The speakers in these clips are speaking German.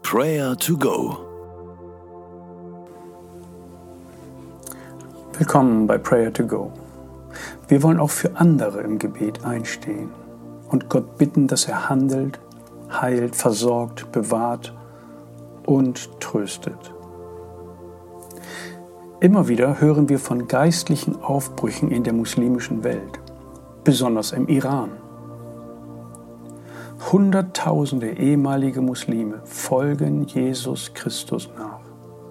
Prayer to Go. Willkommen bei Prayer to Go. Wir wollen auch für andere im Gebet einstehen und Gott bitten, dass er handelt, heilt, versorgt, bewahrt und tröstet. Immer wieder hören wir von geistlichen Aufbrüchen in der muslimischen Welt, besonders im Iran. Hunderttausende ehemalige Muslime folgen Jesus Christus nach.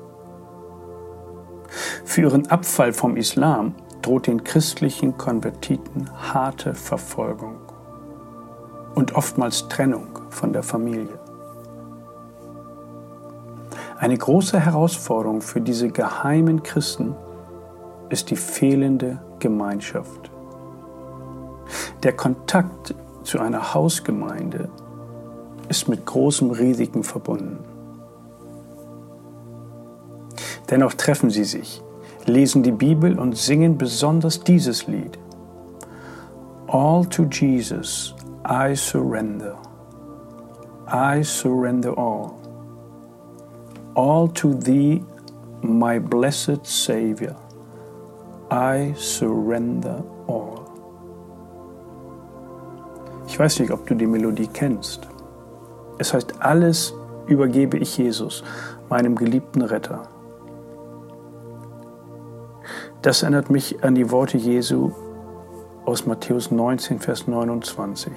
Für ihren Abfall vom Islam droht den christlichen Konvertiten harte Verfolgung und oftmals Trennung von der Familie. Eine große Herausforderung für diese geheimen Christen ist die fehlende Gemeinschaft. Der Kontakt zu einer Hausgemeinde ist mit großen Risiken verbunden. Dennoch treffen sie sich, lesen die Bibel und singen besonders dieses Lied. All to Jesus I surrender. I surrender all. All to Thee, my blessed Savior. I surrender all. Ich weiß nicht, ob du die Melodie kennst. Es heißt, alles übergebe ich Jesus, meinem geliebten Retter. Das erinnert mich an die Worte Jesu aus Matthäus 19, Vers 29.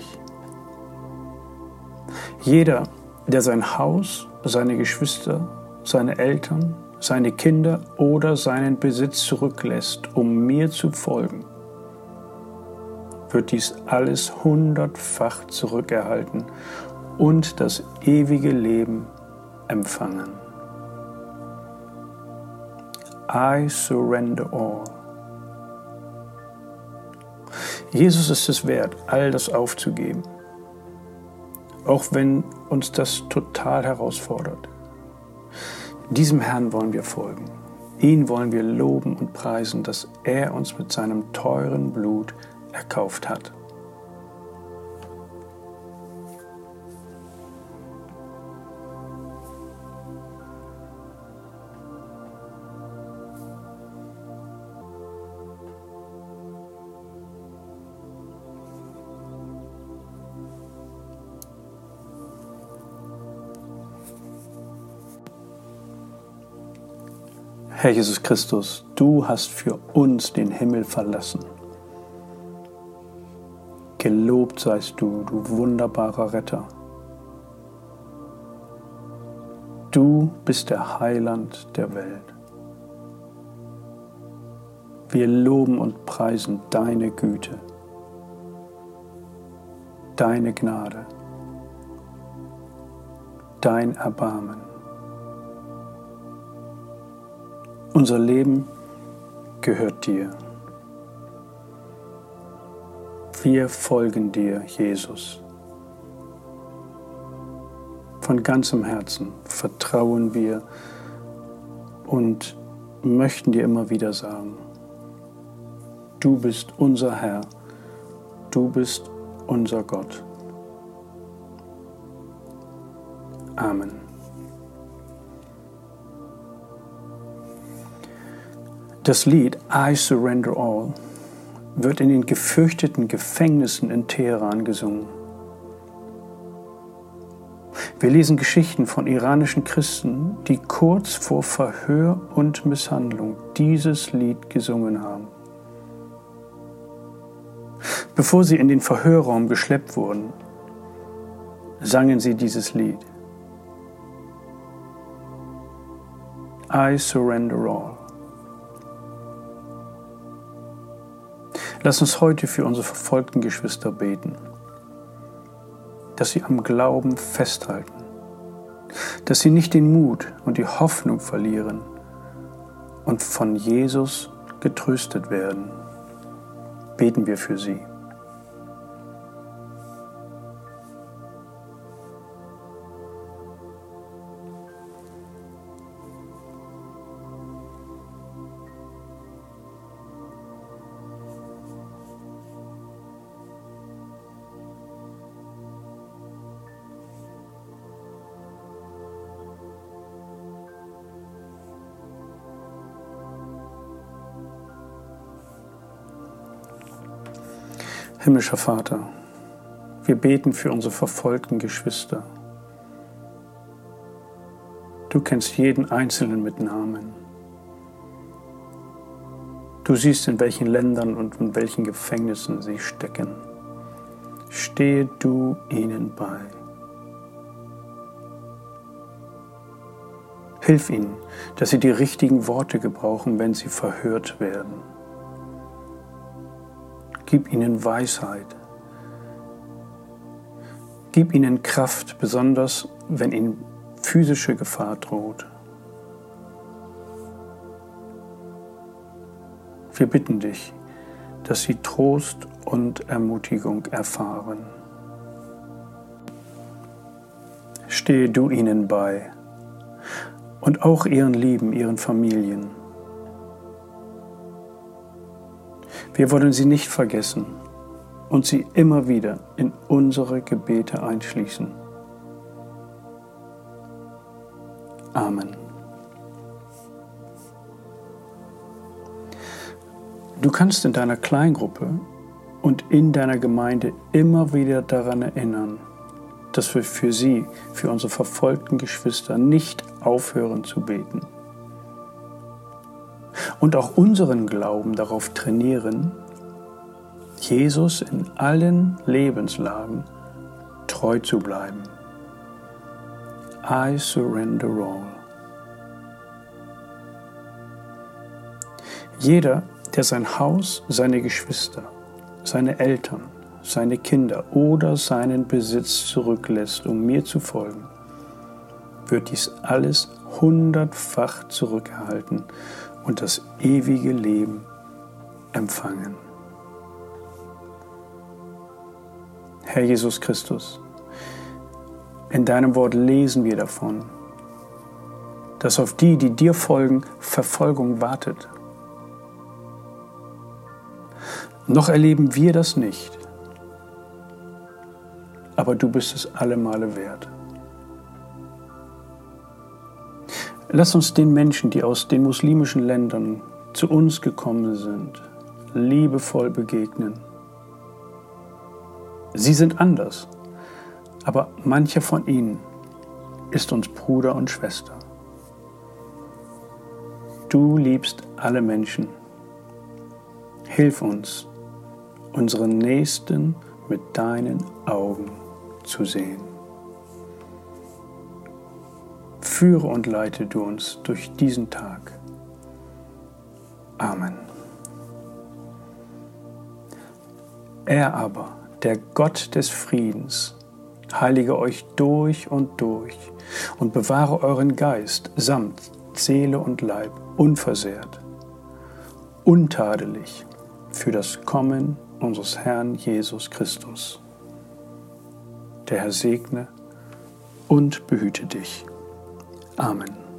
Jeder, der sein Haus, seine Geschwister, seine Eltern, seine Kinder oder seinen Besitz zurücklässt, um mir zu folgen, wird dies alles 100-fach zurückerhalten und das ewige Leben empfangen. I surrender all. Jesus ist es wert, all das aufzugeben, auch wenn uns das total herausfordert. Diesem Herrn wollen wir folgen. Ihn wollen wir loben und preisen, dass er uns mit seinem teuren Blut erkauft hat. Herr Jesus Christus, du hast für uns den Himmel verlassen. Gelobt seist du, du wunderbarer Retter. Du bist der Heiland der Welt. Wir loben und preisen deine Güte, deine Gnade, dein Erbarmen. Unser Leben gehört dir. Wir folgen dir, Jesus. Von ganzem Herzen vertrauen wir und möchten dir immer wieder sagen, du bist unser Herr, du bist unser Gott. Amen. Das Lied I Surrender All wird in den gefürchteten Gefängnissen in Teheran gesungen. Wir lesen Geschichten von iranischen Christen, die kurz vor Verhör und Misshandlung dieses Lied gesungen haben. Bevor sie in den Verhörraum geschleppt wurden, sangen sie dieses Lied. I surrender all. Lass uns heute für unsere verfolgten Geschwister beten, dass sie am Glauben festhalten, dass sie nicht den Mut und die Hoffnung verlieren und von Jesus getröstet werden. Beten wir für sie. Himmlischer Vater, wir beten für unsere verfolgten Geschwister. Du kennst jeden Einzelnen mit Namen. Du siehst, in welchen Ländern und in welchen Gefängnissen sie stecken. Stehe du ihnen bei. Hilf ihnen, dass sie die richtigen Worte gebrauchen, wenn sie verhört werden. Gib ihnen Weisheit. Gib ihnen Kraft, besonders wenn ihnen physische Gefahr droht. Wir bitten dich, dass sie Trost und Ermutigung erfahren. Stehe du ihnen bei und auch ihren Lieben, ihren Familien. Wir wollen sie nicht vergessen und sie immer wieder in unsere Gebete einschließen. Amen. Du kannst in deiner Kleingruppe und in deiner Gemeinde immer wieder daran erinnern, dass wir für sie, für unsere verfolgten Geschwister nicht aufhören zu beten. Und auch unseren Glauben darauf trainieren, Jesus in allen Lebenslagen treu zu bleiben. I surrender all. Jeder, der sein Haus, seine Geschwister, seine Eltern, seine Kinder oder seinen Besitz zurücklässt, um mir zu folgen, wird dies alles 100-fach zurückerhalten und das ewige Leben empfangen. Herr Jesus Christus, in deinem Wort lesen wir davon, dass auf die, die dir folgen, Verfolgung wartet. Noch erleben wir das nicht, aber du bist es alle Male wert. Lass uns den Menschen, die aus den muslimischen Ländern zu uns gekommen sind, liebevoll begegnen. Sie sind anders, aber mancher von ihnen ist uns Bruder und Schwester. Du liebst alle Menschen. Hilf uns, unseren Nächsten mit deinen Augen zu sehen. Führe und leite du uns durch diesen Tag. Amen. Er aber, der Gott des Friedens, heilige euch durch und bewahre euren Geist samt Seele und Leib unversehrt, untadelig für das Kommen unseres Herrn Jesus Christus. Der Herr segne und behüte dich. Amen.